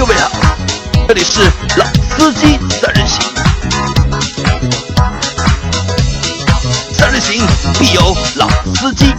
各位好，这里是老司机三人行，三人行必有老司机。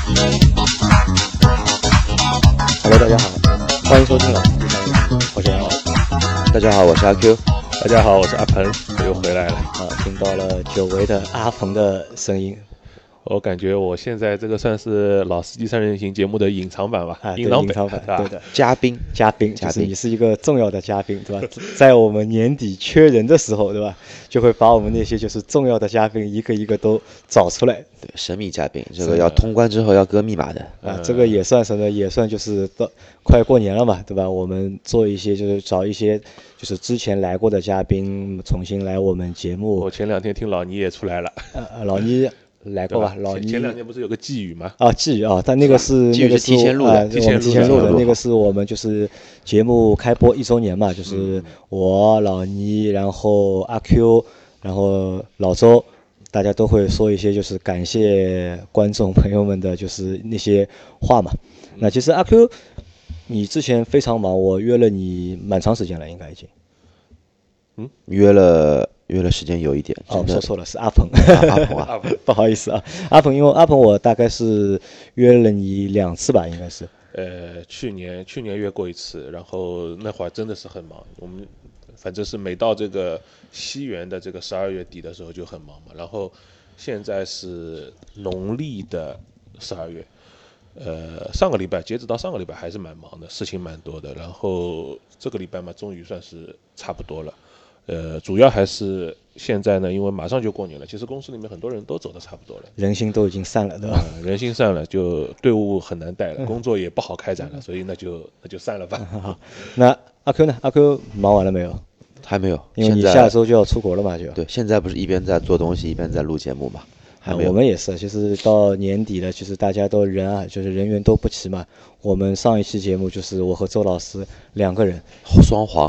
Hello， 大家好，欢迎收听老司机三人行，我是杨老。 大家好，我是阿 Q。 大家好，我是阿鹏，我又回来了。 听到了久违的阿鹏的声音。 我感觉我现在这个算是老司机三人行节目的隐藏版吧， 隐藏版，对的， 嘉宾， 就是你是一个重要的嘉宾，对吧？在我们年底缺人的时候，对吧？就会把我们那些就是重要的嘉宾一个一个都找出来。 对，神秘嘉宾，这个要通关之后要割密码的这个也算什么？也算就是到快过年了嘛，对吧？我们做一些就是找一些就是之前来过的嘉宾重新来我们节目。 我前两天听老倪也出来了， 老倪来过吧？老倪前两天不是有个寄语吗？ 寄语但那个是提前录的， 提前录的那个是我们就是节目开播1周年嘛，就是我老倪，然后阿 Q， 然后老周，大家都会说一些就是感谢观众朋友们的就是那些话嘛。那其实阿 Q， 你之前非常忙，我约了你蛮长时间了，应该已经。 约了时间有一点。 说错了，是阿鹏。 阿鹏不好意思啊，阿鹏，因为阿鹏我大概是约了你2次吧，应该是。 去年约过一次，然后那会儿真的是很忙，我们反正是每到这个西元的这个12月底的时候就很忙嘛，然后现在是农历的12月。上个礼拜截止到上个礼拜还是蛮忙的，事情蛮多的，然后这个礼拜嘛，终于算是差不多了。主要还是现在呢，因为马上就过年了，其实公司里面很多人都走得差不多了， 人心都已经散了，对吧？ 人心散了，就队伍很难带了，工作也不好开展了，所以那就散了吧。 好，那阿 Q 呢？阿 Q 忙完了没有？ 还没有， 因为你下周就要出国了嘛，就对。现在不是一边在做东西一边在录节目嘛？ 我们也是，就是到年底了，就是大家都就是人员都不齐嘛。我们上一期节目就是我和周老师2个人， 双簧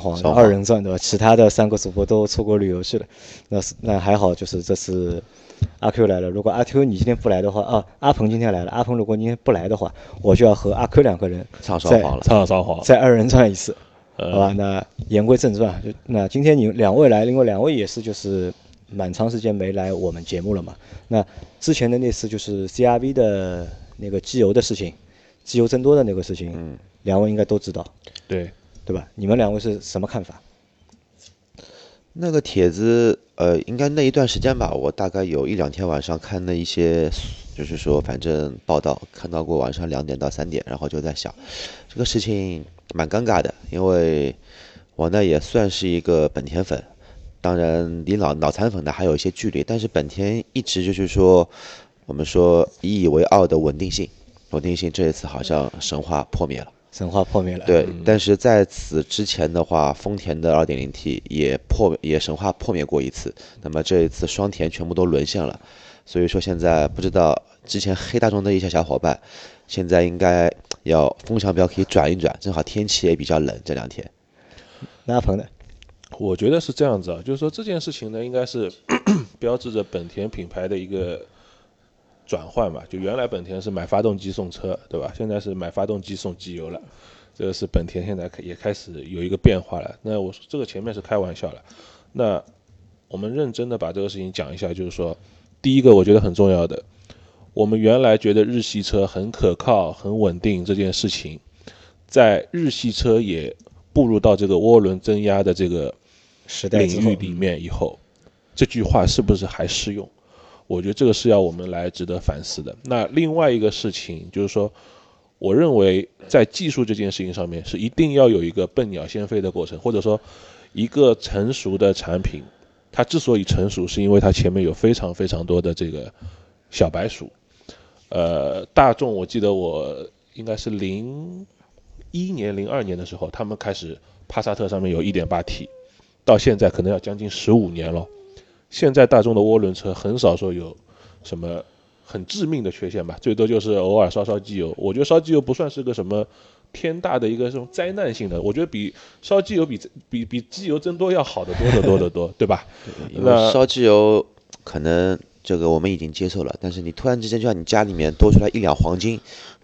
2人转，对吧？其他的3个主播都出国旅游去了。那还好，就是这次阿 Q 来了。如果阿 Q 你今天不来的话，阿鹏今天来了。阿鹏如果今天不来的话，我就要和阿 Q 2个人唱双簧， 再2人转一次，好吧？那言归正传，那今天你2位来，另外2位也是就是蛮长时间没来我们节目了嘛。那之前的那次就是 CRV 的那个机油的事情，机油增多的那个事情，2位应该都知道，对吧？你们2位是什么看法？ 那个帖子应该那一段时间吧，我大概有1-2天晚上看了一些，就是说反正报道看到过晚上2点到3点，然后就在想这个事情蛮尴尬的，因为我呢也算是一个本田粉，当然离脑残粉呢还有一些距离，但是本田一直就是说我们说引以为傲的稳定性这一次好像神话破灭了。对，但是在此之前的话，丰田的 2.0T 也神话破灭过一次，那么这一次双田全部都沦陷了，所以说现在不知道之前黑大众的一些小伙伴，现在应该要风向标可以转一转，正好天气也比较冷这2天。 那阿鹏呢？ 我觉得是这样子啊，就是说这件事情呢，应该是标志着本田品牌的一个转换嘛。就原来本田是买发动机送车，对吧？现在是买发动机送机油了，这个是本田现在也开始有一个变化了。那我说这个前面是开玩笑了，那我们认真的把这个事情讲一下，就是说，第一个我觉得很重要的，我们原来觉得日系车很可靠、很稳定这件事情，在日系车也步入到这个涡轮增压的这个领域里面以后，这句话是不是还适用？我觉得这个是要我们来值得反思的。那另外一个事情就是说，我认为在技术这件事情上面是一定要有一个笨鸟先飞的过程，或者说一个成熟的产品，它之所以成熟是因为它前面有非常非常多的这个小白鼠。大众我记得我应该是01年02年的时候，他们开始帕萨特上面有 1.8T， 到现在可能要将近15年了。现在大众的涡轮车很少说有什么很致命的缺陷吧，最多就是偶尔烧机油。我觉得烧机油不算是个什么天大的一个这种灾难性的，我觉得比烧机油比机油增多要好得多，对吧？ 因为烧机油可能这个我们已经接受了，但是你突然之间就像你家里面多出来1两黄金，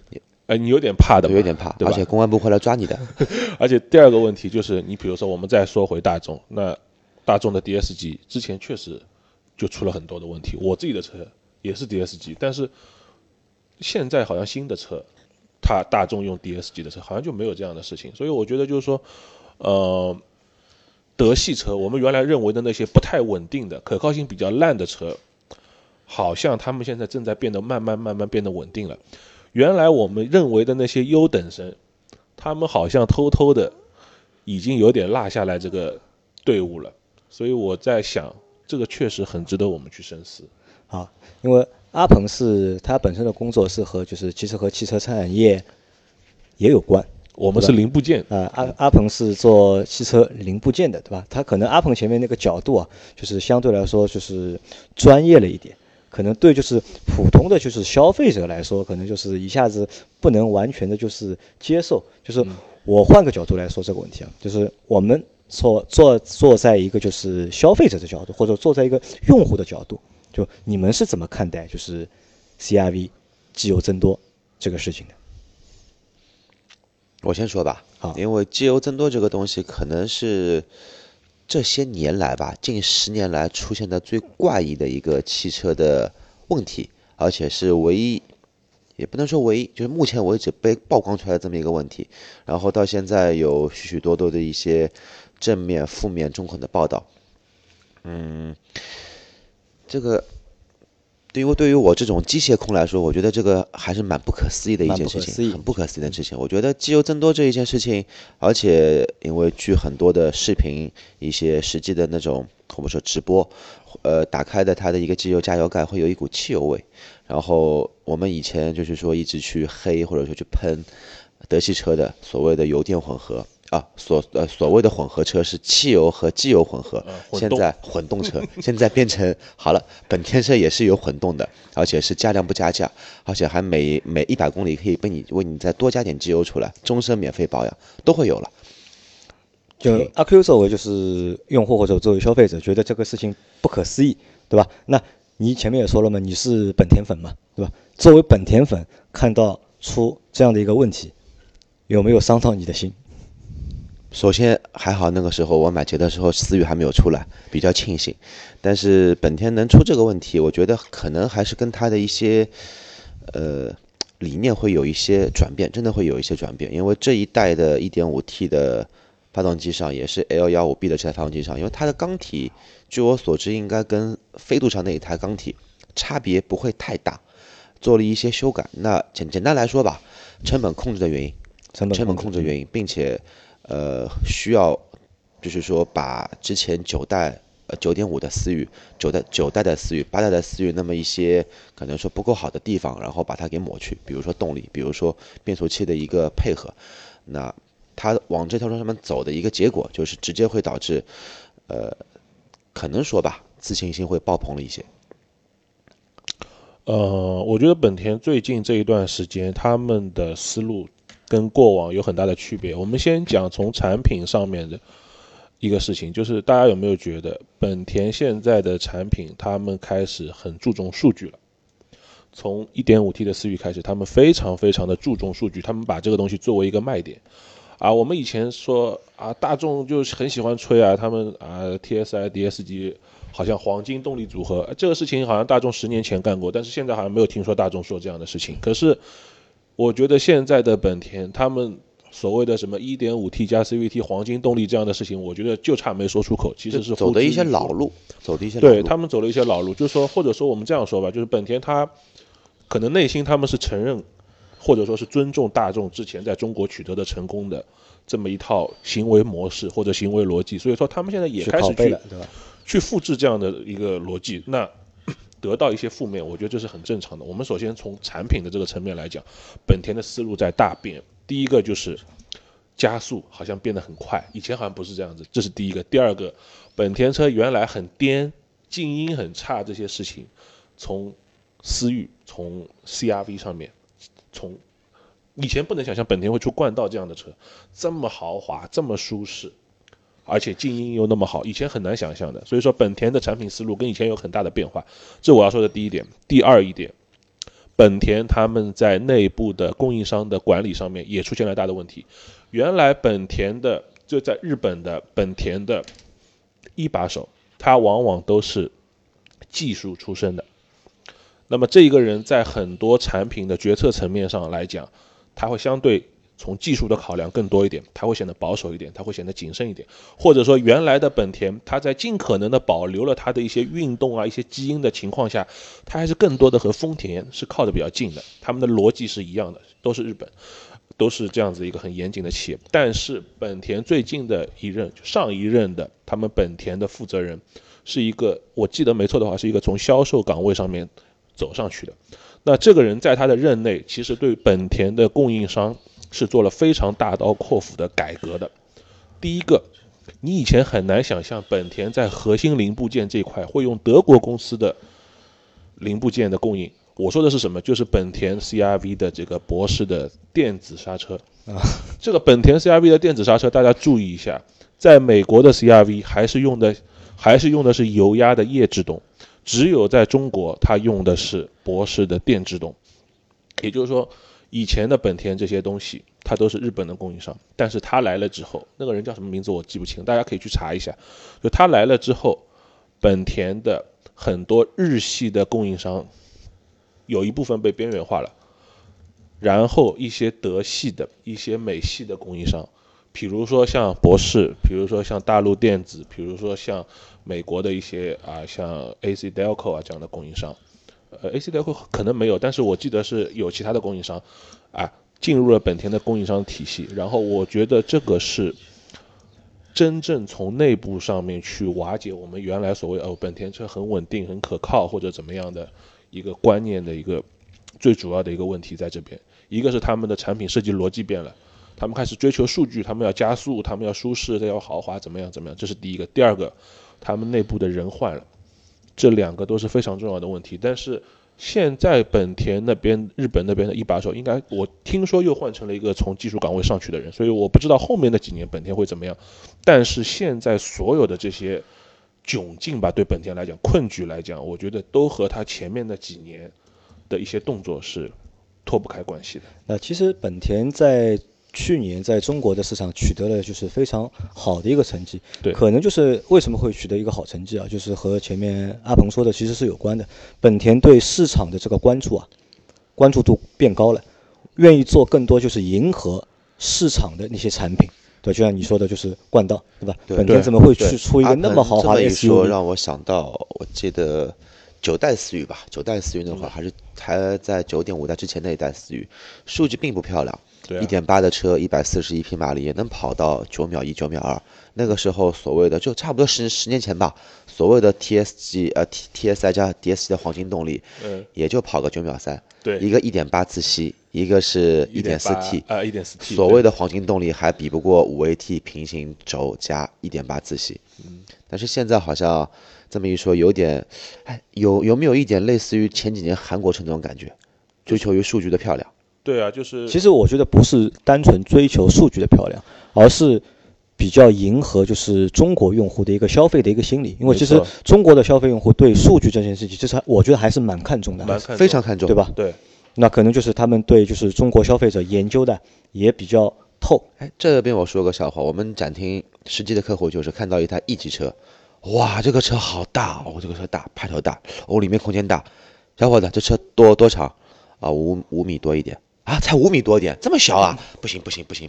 你有点怕的嘛， 有点怕， 对吧？ 而且公安部会来抓你的。 而且第二个问题就是，你比如说我们再说回大众，那大众的 DS 级之前确实就出了很多的问题，我自己的车也是 DS 级，但是现在好像新的车，它大众用 DS 级的车好像就没有这样的事情，所以我觉得就是说，德系车我们原来认为的那些不太稳定的、可靠性比较烂的车，好像他们现在正在变得慢慢变得稳定了。原来我们认为的那些优等生，他们好像偷偷的已经有点落下来这个队伍了，所以我在想，这个确实很值得我们去深思。 啊，因为阿鹏是他本身的工作是和就是汽车和汽车产业也有关， 我们是零部件阿鹏是做汽车零部件的，对吧？他可能阿鹏前面那个角度啊，就是相对来说就是专业了一点。可能对就是普通的就是消费者来说，可能就是一下子不能完全的就是接受。就是我换个角度来说这个问题啊，就是我们坐在一个就是消费者的角度，或者坐在一个用户的角度，就你们是怎么看待就是 CRV 机油增多这个事情的？ 我先说吧， 好， 因为机油增多这个东西可能是这些年来吧，近10年来出现的最怪异的一个汽车的问题，而且是唯一，也不能说唯一，就是目前为止被曝光出来的这么一个问题。然后到现在有许许多多的一些正面、负面、中肯的报道。这个因为对于我这种机械控来说，我觉得这个还是蛮不可思议的一件事情，很不可思议的事情。我觉得机油增多这一件事情，而且因为据很多的视频、一些实际的那种我们说直播，打开的它的一个机油加油盖会有一股汽油味。然后我们以前就是说一直去黑或者说去喷德系车的所谓的油电混合。所谓的混合车是汽油和机油混合，现在混动车现在变成好了，本田车也是有混动的，而且是加量不加价，而且还每100公里可以为你再多加点机油出来，终身免费保养都会有了。 就阿 Q 作为就是用户或者作为消费者，觉得这个事情不可思议，对吧？那你前面也说了嘛，你是本田粉嘛，对吧？作为本田粉，看到出这样的一个问题，有没有伤到你的心？ 首先还好那个时候我买捷的时候思域还没有出来，比较庆幸。但是本田能出这个问题，我觉得可能还是跟它的一些理念会有一些转变，真的会有一些转变。因为这一代的 1.5T 的发动机上也是 L15B 的这台发动机上，因为它的缸体据我所知应该跟飞度上那一台缸体差别不会太大，做了一些修改。那简单来说吧，成本控制的原因，并且需要就是说把之前9.5的思域、9代的思域、8代的思域那么一些可能说不够好的地方，然后把它给抹去，比如说动力，比如说变速器的一个配合。那它往这条路上面走的一个结果，就是直接会导致可能说吧，自信心会爆棚了一些。 我觉得本田最近这一段时间他们的思路跟过往有很大的区别。我们先讲从产品上面的一个事情，就是大家有没有觉得本田现在的产品他们开始很注重数据了？从 1.5T 的思域开始，他们非常的注重数据，他们把这个东西作为一个卖点。我们以前说大众就很喜欢吹他们TSI DS 级好像黄金动力组合，这个事情好像大众10年前干过，但是现在好像没有听说大众说这样的事情。可是我觉得现在的本田他们所谓的什么 1.5T 加 CVT 黄金动力这样的事情，我觉得就差没说出口，其实是走的一些老路， 对，他们走了一些老路，就是说或者说我们这样说吧，就是本田他可能内心他们是承认或者说是尊重大众之前在中国取得的成功的这么一套行为模式或者行为逻辑，所以说他们现在也开始去复制这样的一个逻辑，那得到一些负面，我觉得这是很正常的。我们首先从产品的这个层面来讲，本田的思路在大变。第一个就是加速好像变得很快，以前好像不是这样子，这是第一个。第二个，本田车原来很颠、静音很差这些事情，从思域、从 CRV 上面，从以前不能想象本田会出冠道这样的车，这么豪华，这么舒适，而且静音又那么好，以前很难想象的。所以说本田的产品思路跟以前有很大的变化，这我要说的第一点。第二一点， 本田他们在内部的供应商的管理上面也出现了大的问题。原来本田的就在日本的本田的一把手，他往往都是技术出身的。那么这一个人在很多产品的决策层面上来讲，他会相对从技术的考量更多一点，他会显得保守一点，他会显得谨慎一点。或者说原来的本田，他在尽可能的保留了他的一些运动啊、一些基因的情况下，他还是更多的和丰田是靠得比较近的，他们的逻辑是一样的，都是日本，都是这样子一个很严谨的企业。但是本田最近的一任，上一任的他们本田的负责人是一个，我记得没错的话，是一个从销售岗位上面走上去的。那这个人在他的任内，其实对本田的供应商是做了非常大刀阔斧的改革的。第一个，你以前很难想象本田在核心零部件这一块会用德国公司的零部件的供应。我说的是什么？就是本田 CR-V 的这个博士的电子刹车。这个本田 CR-V 的电子刹车，大家注意一下，在美国的 CR-V 还是用的是油压的液制动，只有在中国它用的是博士的电制动。也就是说，以前的本田这些东西它都是日本的供应商，但是他来了之后，那个人叫什么名字我记不清，大家可以去查一下。就他来了之后，本田的很多日系的供应商有一部分被边缘化了，然后一些德系的、一些美系的供应商，比如说像博士，比如说像大陆电子，比如说像美国的一些像 AC Delco 这样的供应商，AC Delco 可能没有，但是我记得是有其他的供应商进入了本田的供应商体系。然后我觉得这个是真正从内部上面去瓦解我们原来所谓本田车很稳定、很可靠或者怎么样的一个观念的一个最主要的一个问题在这边。一个是他们的产品设计逻辑变了，他们开始追求数据，他们要加速，他们要舒适，要豪华，怎么样，这是第一个。第二个，他们内部的人换了，这两个都是非常重要的问题。但是现在本田那边、日本那边的一把手，应该我听说又换成了一个从技术岗位上去的人，所以我不知道后面的几年本田会怎么样。但是现在所有的这些窘境吧，对本田来讲，困局来讲，我觉得都和他前面的几年的一些动作是脱不开关系的。 其实本田在去年在中国的市场取得了就是非常好的一个成绩， 对， 可能就是为什么会取得一个好成绩就是和前面阿鹏说的其实是有关的。本田对市场的这个关注度变高了，愿意做更多就是迎合市场的那些产品。对，就像你说的，就是冠道，对吧？ 对， 本田怎么会去出一个那么豪华的 SUV？ 说让我想到，我记得9代思域吧，9代思域那会儿还在9.5代之前那一代思域，数据并不漂亮。1.8 的车141匹马力也能跑到9秒1、9秒2。那个时候所谓的就差不多10年前吧，所谓的 TSI 加 DSG 的黄金动力，也就跑个9秒3。 对， 一个1.8自吸，一个是 1.4T， 1.4T， 所谓的黄金动力还比不过5AT 平行轴加1.8自吸。但是现在好像这么一说，有点，有没有一点类似于前几年韩国车那种感觉，追求于数据的漂亮？ 对啊，就是其实我觉得不是单纯追求数据的漂亮，而是比较迎合就是中国用户的一个消费的一个心理。因为其实中国的消费用户对数据这件事情，其实我觉得还是蛮看重的， 非常看重， 对吧？ 对， 那可能就是他们对就是中国消费者研究的也比较透。 这边我说个笑话，我们展厅实际的客户就是看到一台1级车，哇，这个车好大这个车大，派头大里面空间大，小伙子这车多长5米多一点才5米多点，这么小不行。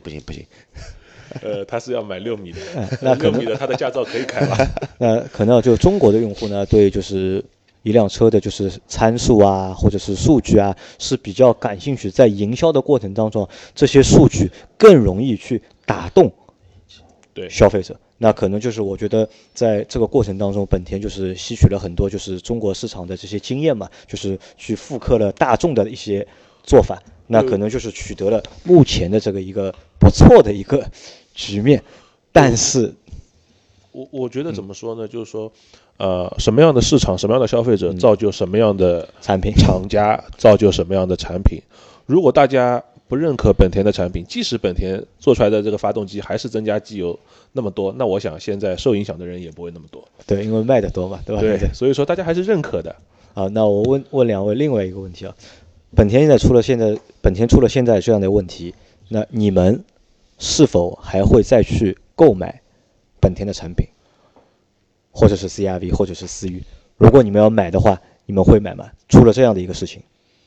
他是要买6米的，那6米的他的驾照可以开吧？ 那可能就中国的用户呢，对就是一辆车的就是参数或者是数据是比较感兴趣，在营销的过程当中，这些数据更容易去打动消费者。那可能就是我觉得在这个过程当中，本田就是吸取了很多就是中国市场的这些经验嘛，就是去复刻了大众的一些做法，那可能就是取得了目前的这个一个不错的一个局面。但是我觉得怎么说呢，就是说什么样的市场，什么样的消费者，造就什么样的产品， 厂家造就什么样的产品。如果大家不认可本田的产品，即使本田做出来的这个发动机还是增加机油那么多，那我想现在受影响的人也不会那么多。 对，因为卖的多嘛，对吧？ 对，所以说大家还是认可的。 好，那我问两位另外一个问题本田出了现在这样的问题，那你们是否还会再去购买本田的产品，或者是 CR-V 或者是思域？如果你们要买的话，你们会买吗？出了这样的一个事情，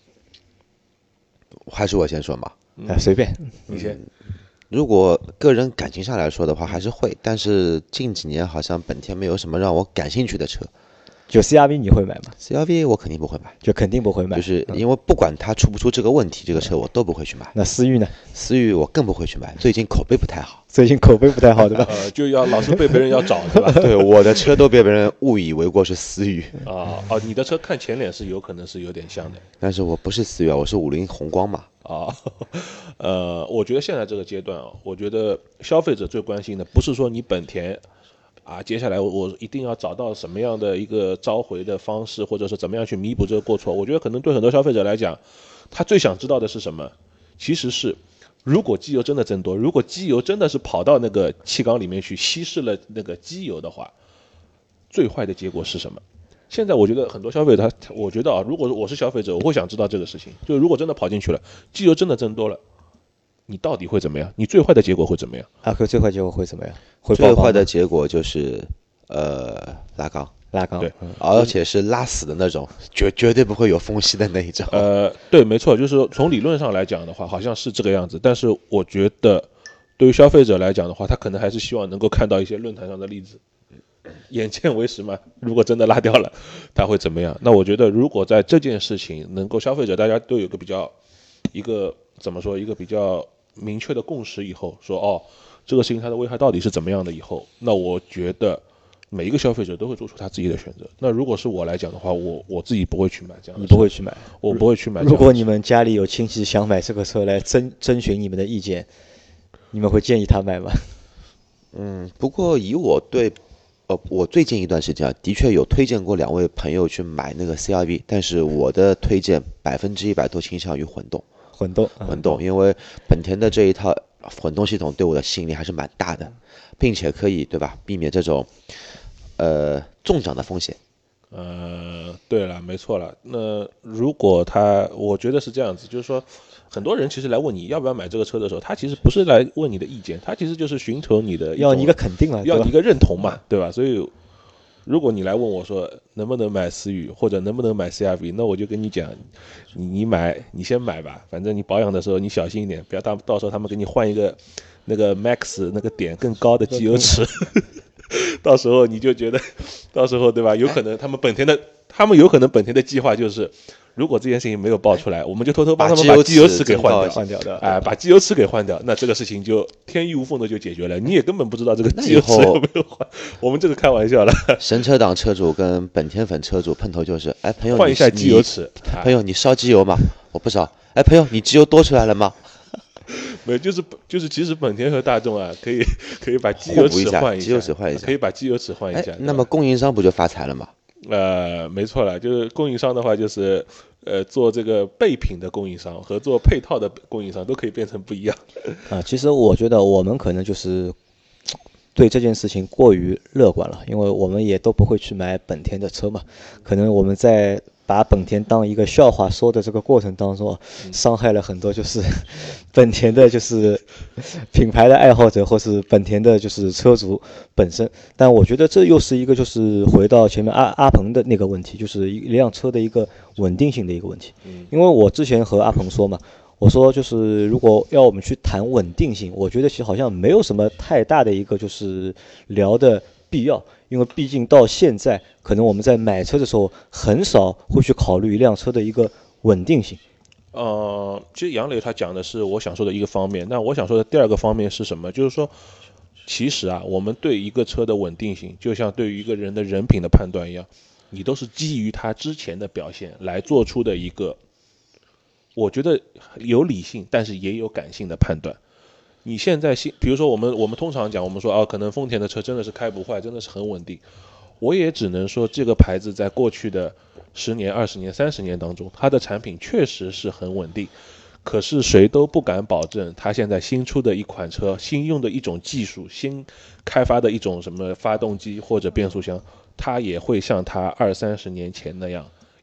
还是我先说嘛。 随便你先。 如果个人感情上来说的话，还是会，但是近几年好像本田没有什么让我感兴趣的车。 就 CR-V 你会买吗？ CR-V 我肯定不会买， 就肯定不会买， 就是因为不管它出不出这个问题，这个车我都不会去买。 那思域呢？ 思域我更不会去买，最近口碑不太好。 最近口碑不太好，对吧？ 就要老是被别人要找，对吧？ 对，我的车都被别人误以为过是思域。 你的车看前脸是有可能是有点像的， 但是我不是思域啊，我是50宏光嘛。 我觉得现在这个阶段我觉得消费者最关心的不是说你本田接下来我一定要找到什么样的一个召回的方式，或者是怎么样去弥补这个过错。我觉得可能对很多消费者来讲，他最想知道的是什么？其实是，如果机油真的增多，如果机油真的是跑到那个气缸里面去稀释了那个机油的话，最坏的结果是什么？现在我觉得很多消费者我觉得如果我是消费者，我会想知道这个事情。就如果真的跑进去了，机油真的增多了，你到底会怎么样？你最坏的结果会怎么样？ 阿珂最坏结果会怎么样？ 最坏的结果就是拉缸， 对， 而且是拉死的那种，绝对不会有缝隙的那一种。 对，没错，就是从理论上来讲的话，好像是这个样子。但是我觉得，对于消费者来讲的话，他可能还是希望能够看到一些论坛上的例子。眼见为实嘛，如果真的拉掉了，他会怎么样？那我觉得，如果在这件事情能够消费者大家都有一个怎么说，一个比较明确的共识以后，说这个事情它的危害到底是怎么样的以后，那我觉得每一个消费者都会做出他自己的选择。那如果是我来讲的话，我自己不会去买这样的。 你不会去买？ 我不会去买这样的。 如果你们家里有亲戚想买这个车来征询你们的意见，你们会建议他买吗？ 不过以我对我最近一段时间的确有推荐过2位朋友去买那个 CR-V， 但是我的推荐100%都倾向于混动，因为本田的这一套混动系统对我的吸引力还是蛮大的，并且可以对吧避免这种中奖的风险。 对了，没错了。那如果我觉得是这样子，就是说，很多人其实来问你要不要买这个车的时候，他其实不是来问你的意见，他其实就是寻求你的要你一个肯定嘛， 要你一个认同嘛，对吧？所以，如果你来问我说能不能买思域或者能不能买 CR-V， 那我就跟你讲，你先买吧，反正你保养的时候你小心一点，不要到时候他们给你换一个那个 Max 那个点更高的机油尺。到时候你就觉得，到时候对吧？有可能他们有可能本田的计划就是，如果这件事情没有爆出来，我们就偷偷帮他们把机油尺给换掉的，把机油尺给换掉，那这个事情就天衣无缝的就解决了，你也根本不知道这个机油尺有没有换。我们这个开玩笑了。 神车党车主跟本田粉车主碰头就是，朋友换一下机油尺， 朋友你烧机油吗？我不烧。朋友你机油多出来了吗？ 没有，就是其实本田和大众可以把机油尺换一下，可以把机油尺换一下。 那么供应商不就发财了吗？ 没错了，就是供应商的话，就是做这个备品的供应商和做配套的供应商都可以变成不一样。 其实我觉得我们可能就是对这件事情过于乐观了，因为我们也都不会去买本田的车嘛，可能我们在把本田当一个笑话说的这个过程当中，伤害了很多就是本田的就是品牌的爱好者，或是本田的就是车主本身。但我觉得这又是一个就是回到前面阿鹏的那个问题，就是一辆车的一个稳定性的一个问题。因为我之前和阿鹏说嘛，我说就是如果要我们去谈稳定性，我觉得其实好像没有什么太大的一个就是聊的必要，因为毕竟到现在可能我们在买车的时候很少会去考虑一辆车的一个稳定性。 其实杨磊他讲的是我想说的一个方面，那我想说的第二个方面是什么？就是说其实我们对一个车的稳定性就像对于一个人的人品的判断一样，你都是基于他之前的表现来做出的一个我觉得有理性但是也有感性的判断。你现在比如说我们通常讲，我们说可能丰田的车真的是开不坏，真的是很稳定。我也只能说这个牌子在过去的10年、20年、30年当中，它的产品确实是很稳定。可是谁都不敢保证，它现在新出的一款车、新用的一种技术、新开发的一种什么发动机或者变速箱，它也会像它20-30年前那样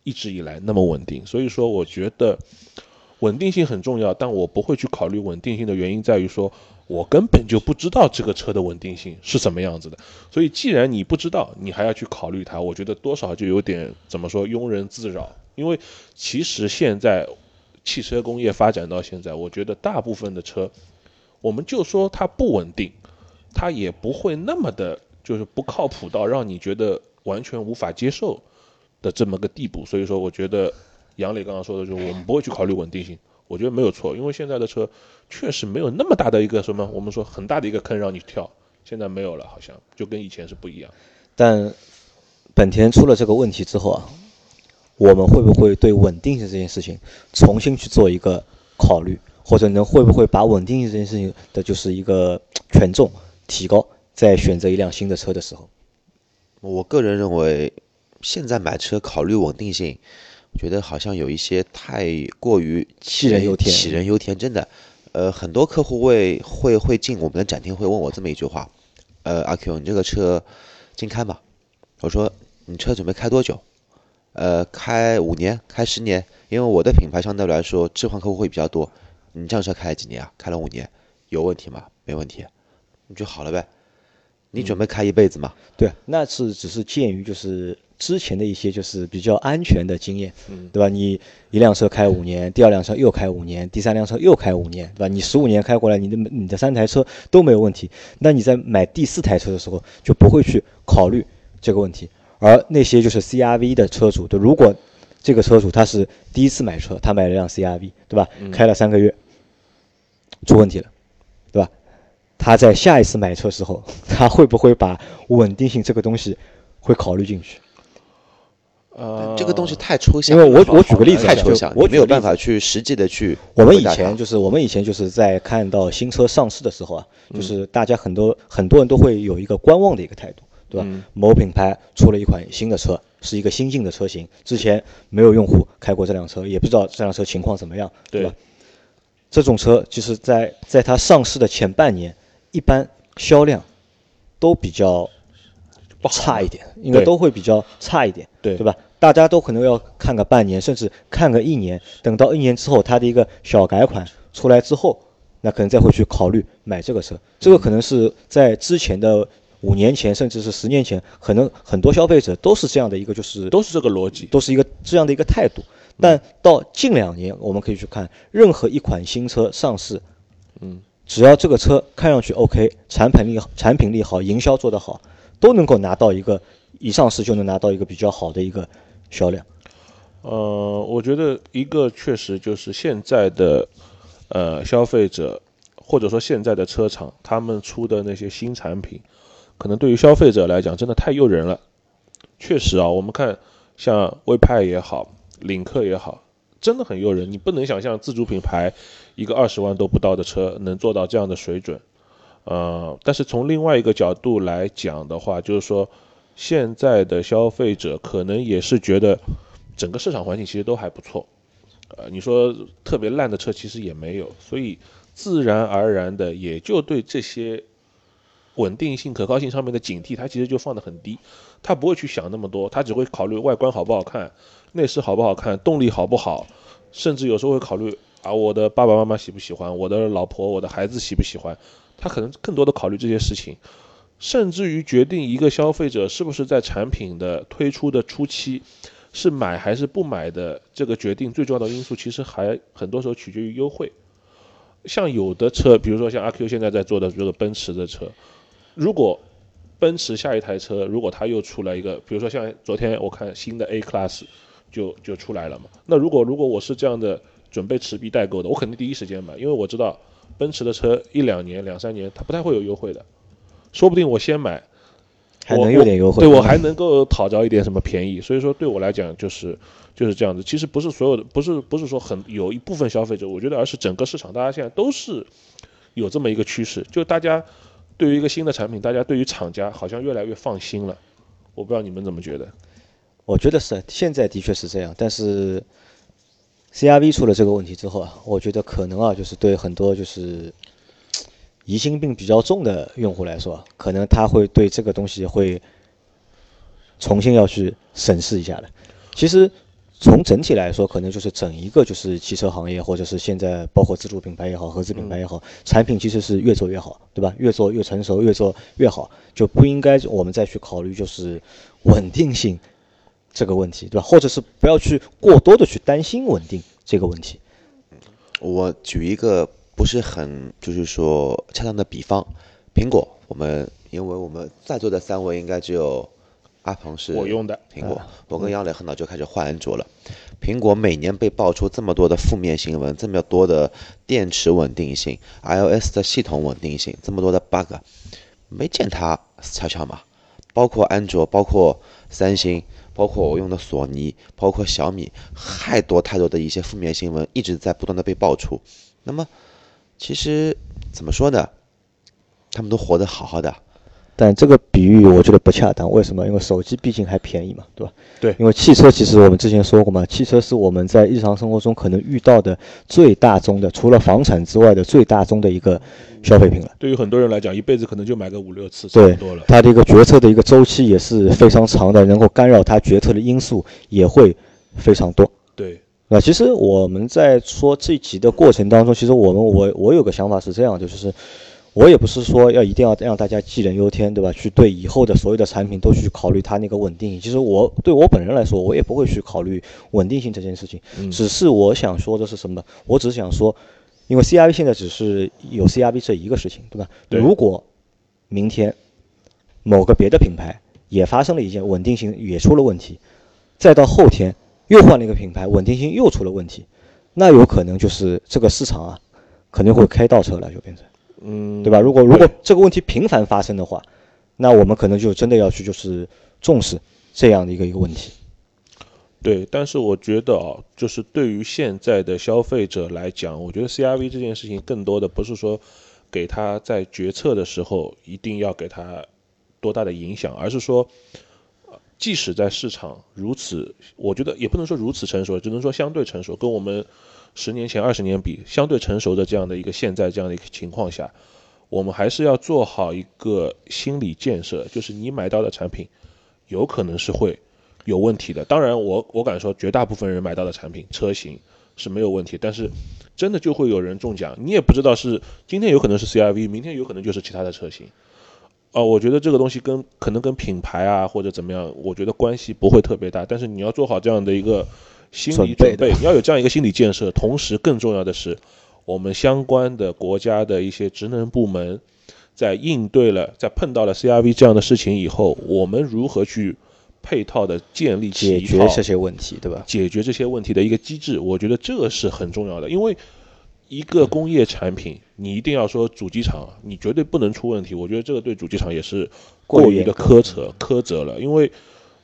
一直以来那么稳定。所以说，我觉得稳定性很重要，但我不会去考虑稳定性的原因在于说，我根本就不知道这个车的稳定性是什么样子的。所以，既然你不知道，你还要去考虑它，我觉得多少就有点怎么说庸人自扰。因为其实现在汽车工业发展到现在，我觉得大部分的车，我们就说它不稳定，它也不会那么的，就是不靠谱到让你觉得完全无法接受的这么个地步。所以说，我觉得杨磊刚刚说的就是我们不会去考虑稳定性，我觉得没有错，因为现在的车确实没有那么大的一个什么，我们说很大的一个坑让你跳，现在没有了，好像就跟以前是不一样。 但本田出了这个问题之后啊，我们会不会对稳定性这件事情重新去做一个考虑，或者会不会把稳定性这件事情的就是一个权重提高，在选择一辆新的车的时候？ 我个人认为，现在买车考虑稳定性，我觉得好像有一些太过于杞人忧天， 真的。很多客户会进我们的展厅，会问我这么一句话：阿 Q， 你这个车经开吗？我说你车准备开多久？开5年，开10年？因为我的品牌相对来说置换客户会比较多。你这辆车开了几年啊？开了5年，有问题吗？没问题，你就好了呗。你准备开一辈子吗？ 对，那是只是鉴于就是之前的一些就是比较安全的经验，对吧？你一辆车开5年，第二辆车又开5年，第三辆车又开5年，对吧？你15年开过来，你的3台车都没有问题，那你在买第4台车的时候就不会去考虑这个问题。而那些就是 CRV 的车主，对，如果这个车主他是第一次买车，他买了辆 CRV， 对吧？开了3个月，出问题了，对吧？他在下一次买车时候，他会不会把稳定性这个东西会考虑进去？ 这个东西太抽象了， 因为我举个例子， 太抽象，我没有办法去实际的去。我们以前就是在看到新车上市的时候啊，就是大家很多人都会有一个观望的一个态度，对吧？某品牌出了一款新的车，是一个新进的车型，之前没有用户开过这辆车，也不知道这辆车情况怎么样，对吧？这种车就是在它上市的前半年，一般销量都比较差一点，应该都会比较差一点，对吧？大家都可能要看个半年，甚至看个1年，等到1年之后，它的一个小改款出来之后，那可能再会去考虑买这个车。这个可能是在之前的5年前，甚至是10年前，可能很多消费者都是这样的一个，就是都是这个逻辑， 都是一个这样的一个态度。但到近2年，我们可以去看任何一款新车上市，只要这个车看上去 OK， 产品力好，营销做得好，都能够拿到一上市就能拿到一个比较好的一个销量。 我觉得一个确实就是现在的消费者或者说现在的车厂，他们出的那些新产品，可能对于消费者来讲真的太诱人了。确实啊，我们看像魏派也好，领克也好，真的很诱人。你不能想象自主品牌一个20万都不到的车能做到这样的水准。但是从另外一个角度来讲的话，就是说现在的消费者可能也是觉得整个市场环境其实都还不错，你说特别烂的车其实也没有，所以自然而然的也就对这些稳定性、可靠性上面的警惕，它其实就放得很低，他不会去想那么多，他只会考虑外观好不好看，内饰好不好看，动力好不好，甚至有时候会考虑我的爸爸妈妈喜不喜欢，我的老婆、我的孩子喜不喜欢，他可能更多的考虑这些事情。甚至于决定一个消费者是不是在产品的推出的初期是买还是不买的这个决定，最重要的因素其实还很多时候取决于优惠。像有的车，比如说像阿 Q 现在在做的这个奔驰的车，如果奔驰下一台车如果它又出来一个，比如说像昨天我看新的 A Class 就出来了嘛，那如果我是这样的准备持币代购的，我肯定第一时间买，因为我知道奔驰的车1-2年、2-3年它不太会有优惠的，说不定我先买还能有点优惠， 对，我还能够讨着一点什么便宜。所以说对我来讲就是这样子。其实不是所有的，不是说有一部分消费者，我觉得而是整个市场大家现在都是有这么一个趋势，就大家对于一个新的产品，大家对于厂家好像越来越放心了。我不知道你们怎么觉得？ 我觉得是现在的确是这样，但是 CRV 出了这个问题之后啊，我觉得可能就是对很多就是疑心病比较重的用户来说，可能他会对这个东西会重新要去审视一下的。其实从整体来说，可能就是整一个就是汽车行业，或者是现在包括自主品牌也好，合资品牌也好，产品其实是越做越好，对吧？越做越成熟，越做越好，就不应该我们再去考虑就是稳定性这个问题，对吧？或者是不要去过多的去担心稳定这个问题。 我举一个不是很就是说恰当的比方，苹果，因为我们在座的3位应该只有阿鹏是我用的苹果，我跟杨磊很早就开始换安卓了。苹果每年被爆出这么多的负面新闻，这么多的电池稳定性、iOS 的系统稳定性，这么多的 bug， 没见它悄悄嘛。包括安卓，包括三星，包括我用的索尼，包括小米，太多的一些负面新闻一直在不断的被爆出。那么，其实怎么说呢？他们都活得好好的。 但这个比喻我觉得不恰当，为什么？因为手机毕竟还便宜嘛，对吧？ 对。 因为汽车其实我们之前说过嘛，汽车是我们在日常生活中可能遇到的最大宗的，除了房产之外的最大宗的一个消费品了。 对于很多人来讲，一辈子可能就买个5-6次，差不多了。 它的一个决策的一个周期也是非常长的，能够干扰它决策的因素也会非常多。 对。 那其实我们在说这一集的过程当中，其实我有个想法是这样，就是我也不是说一定要让大家杞人忧天，对吧？去对以后的所有的产品都去考虑它那个稳定性。其实对我本人来说，我也不会去考虑稳定性这件事情。只是我想说的是什么？我只是想说，因为 CRV 现在只是有 CRV 这一个事情，对吧？ 对。 如果明天某个别的品牌也发生了一件稳定性也出了问题，再到后天又换了一个品牌，稳定性又出了问题，那有可能就是这个市场啊，肯定会开倒车了，就变成。对吧？如果这个问题频繁发生的话，那我们可能就真的要去就是重视这样的一个问题。 对，但是我觉得就是对于现在的消费者来讲，我觉得 CRV 这件事情更多的不是说给他在决策的时候一定要给他多大的影响，而是说，即使在市场如此，我觉得也不能说如此成熟，只能说相对成熟，跟我们10年前、20年比相对成熟的这样的一个现在这样的一个情况下，我们还是要做好一个心理建设，就是你买到的产品有可能是会有问题的。当然我敢说绝大部分人买到的产品车型是没有问题，但是真的就会有人中奖，你也不知道是今天有可能是 CRV， 明天有可能就是其他的车型。我觉得这个东西可能跟品牌啊或者怎么样，我觉得关系不会特别大，但是你要做好这样的一个心理准备，要有这样一个心理建设。同时更重要的是，我们相关的国家的一些职能部门在碰到了 CRV 这样的事情以后，我们如何去配套的建立起解决这些问题，对吧？ 解决这些问题的一个机制，我觉得这个是很重要的。因为一个工业产品，你一定要说主机厂你绝对不能出问题，我觉得这个对主机厂也是过于的苛责了。因为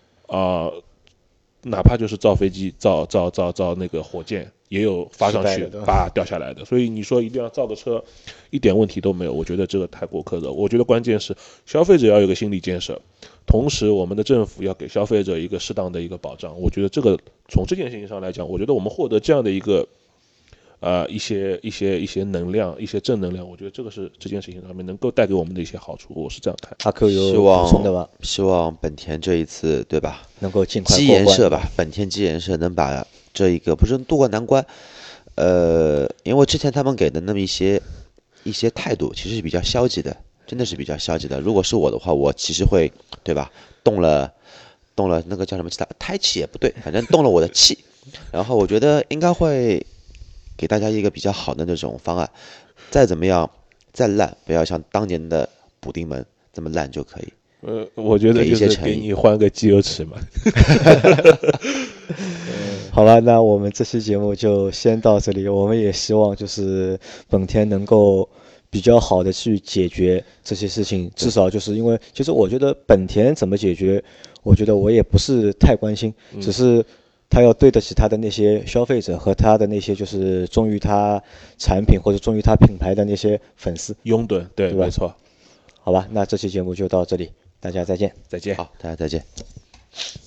哪怕就是造飞机、造那个火箭，也有发上去把掉下来的。所以你说一定要造个车一点问题都没有，我觉得这个太过苛责。我觉得关键是消费者要有个心理建设，同时我们的政府要给消费者一个适当的一个保障。我觉得这个从这件事情上来讲，我觉得我们获得这样的一个一些能量，一些正能量，我觉得这个是这件事情上面能够带给我们的一些好处，我是这样看。 阿 Q 有补充的吧？ 希望本田这一次，对吧？ 能够尽快基研社吧，本田基研社能把这一个不是渡过难关。因为之前他们给的那么一些态度，其实是比较消极的，真的是比较消极的。如果是我的话，我其实会，对吧？动了那个叫什么气，胎气也不对，反正动了我的气。然后我觉得应该会给大家一个比较好的那种方案，再怎么样再烂，不要像当年的补丁门这么烂就可以。 我觉得就是给你换个机油尺嘛。 好吧，那我们这期节目就先到这里。我们也希望就是本田能够比较好的去解决这些事情，至少就是因为其实我觉得本田怎么解决，我觉得我也不是太关心，只是他要对得起他的那些消费者和他的那些就是忠于他产品或者忠于他品牌的那些粉丝拥趸，对吧？没错。 好吧，那这期节目就到这里，大家再见。 再见。 好，大家再见。